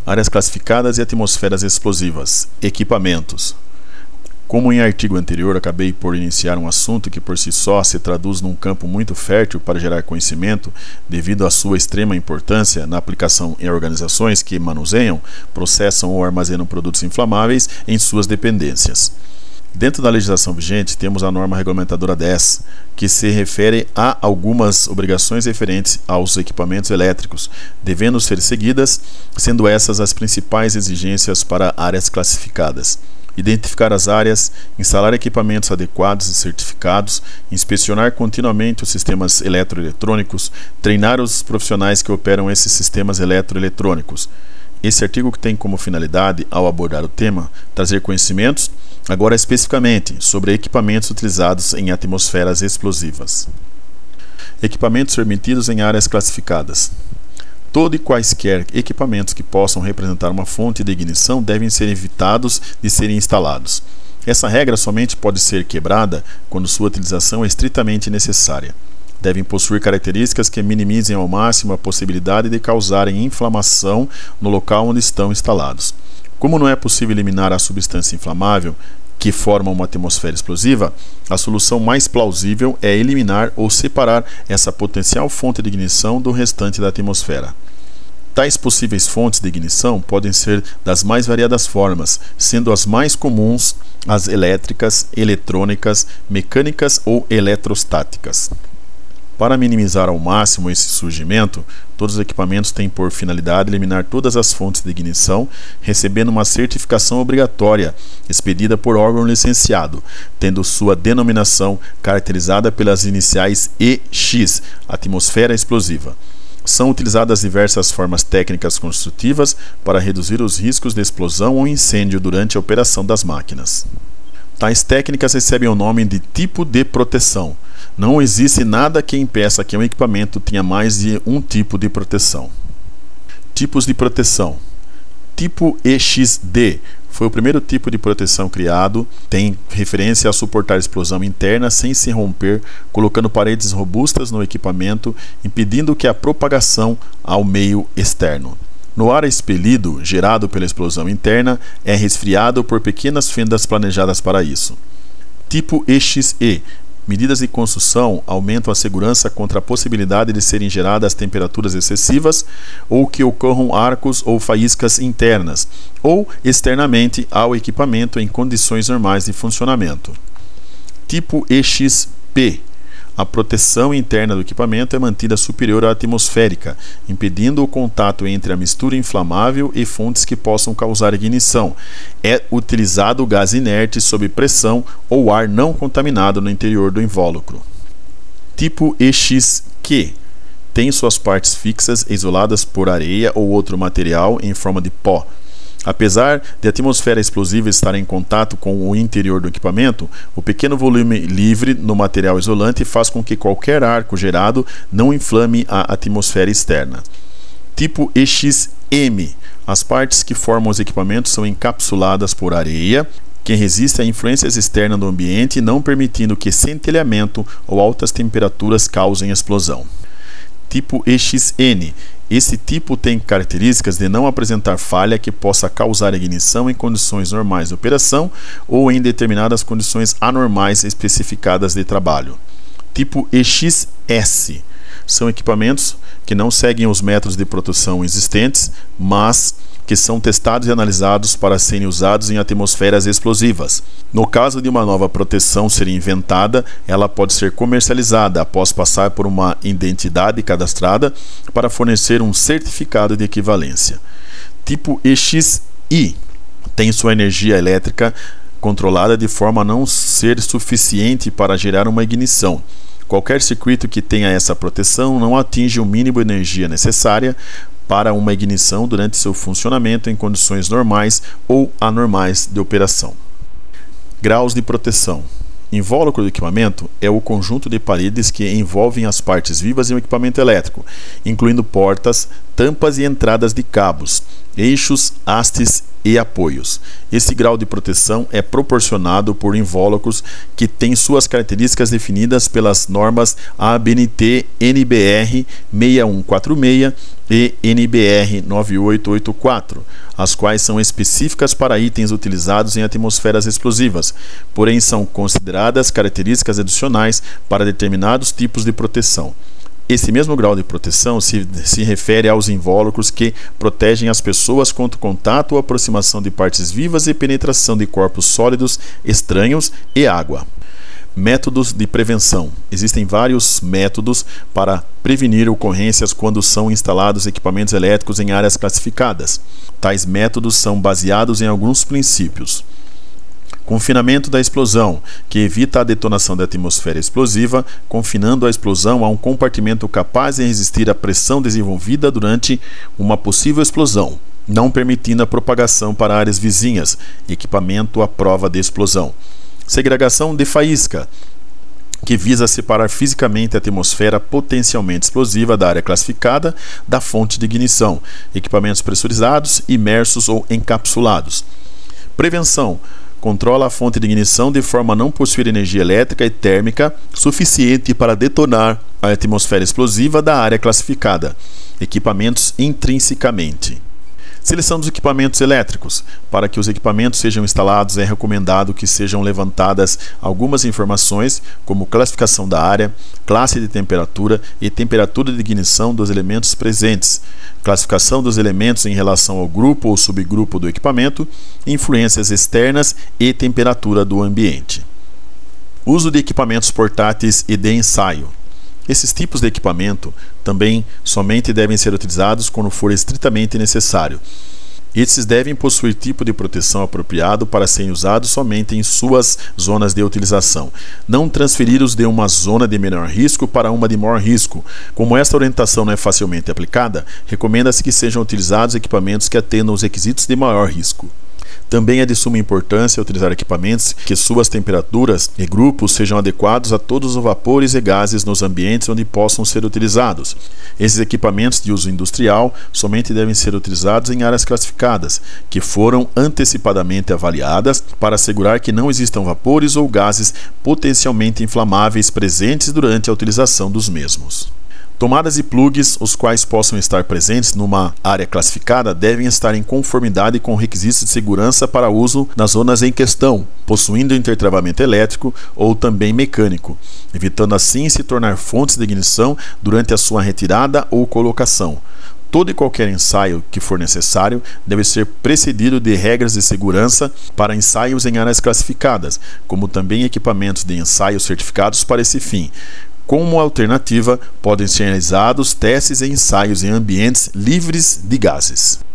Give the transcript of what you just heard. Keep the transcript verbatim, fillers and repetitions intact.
Áreas classificadas e atmosferas explosivas. Equipamentos. Como em artigo anterior acabei por iniciar um assunto que por si só se traduz num campo muito fértil para gerar conhecimento, devido à sua extrema importância na aplicação em organizações que manuseiam, processam ou armazenam produtos inflamáveis em suas dependências. Dentro da legislação vigente, temos a norma regulamentadora dez, que se refere a algumas obrigações referentes aos equipamentos elétricos, devendo ser seguidas, sendo essas as principais exigências para áreas classificadas. Identificar as áreas, instalar equipamentos adequados e certificados, inspecionar continuamente os sistemas eletroeletrônicos, treinar os profissionais que operam esses sistemas eletroeletrônicos. Esse artigo tem como finalidade, ao abordar o tema, trazer conhecimentos, agora especificamente, sobre equipamentos utilizados em atmosferas explosivas. Equipamentos permitidos em áreas classificadas. Todo e quaisquer equipamentos que possam representar uma fonte de ignição devem ser evitados de serem instalados. Essa regra somente pode ser quebrada quando sua utilização é estritamente necessária. Devem possuir características que minimizem ao máximo a possibilidade de causarem inflamação no local onde estão instalados. Como não é possível eliminar a substância inflamável que forma uma atmosfera explosiva, a solução mais plausível é eliminar ou separar essa potencial fonte de ignição do restante da atmosfera. Tais possíveis fontes de ignição podem ser das mais variadas formas, sendo as mais comuns as elétricas, eletrônicas, mecânicas ou eletrostáticas. Para minimizar ao máximo esse surgimento, todos os equipamentos têm por finalidade eliminar todas as fontes de ignição, recebendo uma certificação obrigatória, expedida por órgão licenciado, tendo sua denominação caracterizada pelas iniciais E X, atmosfera explosiva. São utilizadas diversas formas técnicas construtivas para reduzir os riscos de explosão ou incêndio durante a operação das máquinas. Tais técnicas recebem o nome de tipo de proteção. Não existe nada que impeça que um equipamento tenha mais de um tipo de proteção. Tipos de proteção. Tipo E X D foi o primeiro tipo de proteção criado, tem referência a suportar explosão interna sem se romper, colocando paredes robustas no equipamento, impedindo que a propagação ao meio externo. No ar expelido, gerado pela explosão interna, é resfriado por pequenas fendas planejadas para isso. Tipo E X E. Medidas de construção aumentam a segurança contra a possibilidade de serem geradas temperaturas excessivas ou que ocorram arcos ou faíscas internas ou externamente ao equipamento em condições normais de funcionamento. Tipo E X P. A proteção interna do equipamento é mantida superior à atmosférica, impedindo o contato entre a mistura inflamável e fontes que possam causar ignição. É utilizado gás inerte sob pressão ou ar não contaminado no interior do invólucro. Tipo E X Q. Tem suas partes fixas isoladas por areia ou outro material em forma de pó. Apesar de a atmosfera explosiva estar em contato com o interior do equipamento, o pequeno volume livre no material isolante faz com que qualquer arco gerado não inflame a atmosfera externa. Tipo E X M. As partes que formam os equipamentos são encapsuladas por areia, que resiste a influências externas do ambiente, não permitindo que centelhamento ou altas temperaturas causem explosão. Tipo E X N. Esse tipo tem características de não apresentar falha que possa causar ignição em condições normais de operação ou em determinadas condições anormais especificadas de trabalho. Tipo E X S. São equipamentos que não seguem os métodos de proteção existentes, mas que são testados e analisados para serem usados em atmosferas explosivas. No caso de uma nova proteção ser inventada, ela pode ser comercializada após passar por uma identidade cadastrada para fornecer um certificado de equivalência. Tipo E X I tem sua energia elétrica controlada de forma a não ser suficiente para gerar uma ignição. Qualquer circuito que tenha essa proteção não atinge o mínimo de energia necessária para uma ignição durante seu funcionamento em condições normais ou anormais de operação. Graus de proteção. Invólucro do equipamento é o conjunto de paredes que envolvem as partes vivas de um equipamento elétrico, incluindo portas, tampas e entradas de cabos, eixos, hastes e apoios. Esse grau de proteção é proporcionado por invólucros que têm suas características definidas pelas normas A B N T N B R seis um quatro seis e N B R nove oito oito quatro, as quais são específicas para itens utilizados em atmosferas explosivas, porém são consideradas características adicionais para determinados tipos de proteção. Esse mesmo grau de proteção se, se refere aos invólucros que protegem as pessoas contra o contato ou aproximação de partes vivas e penetração de corpos sólidos, estranhos e água. Métodos de prevenção. Existem vários métodos para prevenir ocorrências quando são instalados equipamentos elétricos em áreas classificadas. Tais métodos são baseados em alguns princípios. Confinamento da explosão, que evita a detonação da atmosfera explosiva, confinando a explosão a um compartimento capaz de resistir à pressão desenvolvida durante uma possível explosão, não permitindo a propagação para áreas vizinhas, equipamento à prova de explosão. Segregação de faísca, que visa separar fisicamente a atmosfera potencialmente explosiva da área classificada da fonte de ignição, equipamentos pressurizados, imersos ou encapsulados. Prevenção. Controla a fonte de ignição de forma a não possuir energia elétrica e térmica suficiente para detonar a atmosfera explosiva da área classificada. Equipamentos intrinsecamente. Seleção dos equipamentos elétricos. Para que os equipamentos sejam instalados, é recomendado que sejam levantadas algumas informações, como classificação da área, classe de temperatura e temperatura de ignição dos elementos presentes, classificação dos elementos em relação ao grupo ou subgrupo do equipamento, influências externas e temperatura do ambiente. Uso de equipamentos portáteis e de ensaio. Esses tipos de equipamento também somente devem ser utilizados quando for estritamente necessário. Esses devem possuir tipo de proteção apropriado para serem usados somente em suas zonas de utilização, não transferi-los de uma zona de menor risco para uma de maior risco. Como esta orientação não é facilmente aplicada, recomenda-se que sejam utilizados equipamentos que atendam os requisitos de maior risco. Também é de suma importância utilizar equipamentos que suas temperaturas e grupos sejam adequados a todos os vapores e gases nos ambientes onde possam ser utilizados. Esses equipamentos de uso industrial somente devem ser utilizados em áreas classificadas, que foram antecipadamente avaliadas para assegurar que não existam vapores ou gases potencialmente inflamáveis presentes durante a utilização dos mesmos. Tomadas e plugs, os quais possam estar presentes numa área classificada, devem estar em conformidade com requisitos de segurança para uso nas zonas em questão, possuindo intertravamento elétrico ou também mecânico, evitando assim se tornar fontes de ignição durante a sua retirada ou colocação. Todo e qualquer ensaio que for necessário deve ser precedido de regras de segurança para ensaios em áreas classificadas, como também equipamentos de ensaio certificados para esse fim. Como alternativa, podem ser realizados testes e ensaios em ambientes livres de gases.